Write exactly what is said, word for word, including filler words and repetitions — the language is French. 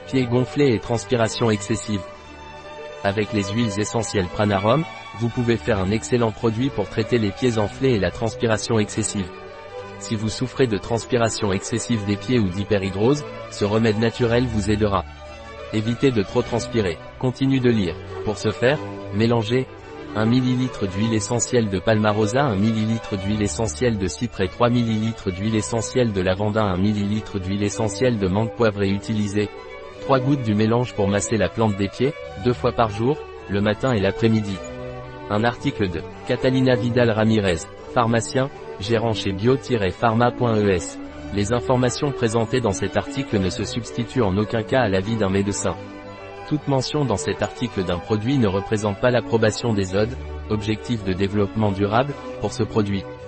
Pieds gonflés et transpiration excessive. Avec les huiles essentielles Pranarum, vous pouvez faire un excellent produit pour traiter les pieds enflés et la transpiration excessive. Si vous souffrez de transpiration excessive des pieds ou d'hyperhidrose, ce remède naturel vous aidera. Évitez de trop transpirer. Continue de lire. Pour ce faire, mélangez un millilitre d'huile essentielle de palmarosa, un millilitre d'huile essentielle de cyprès, trois millilitres d'huile essentielle de lavandin, un millilitre d'huile essentielle de menthe poivrée. Utilisez trois gouttes du mélange pour masser la plante des pieds, deux fois par jour, le matin et l'après-midi. Un article de Catalina Vidal Ramirez, pharmacien, gérant chez bio tiret pharma point e s. Les informations présentées dans cet article ne se substituent en aucun cas à l'avis d'un médecin. Toute mention dans cet article d'un produit ne représente pas l'approbation des O D E, Objectifs de développement durable, pour ce produit.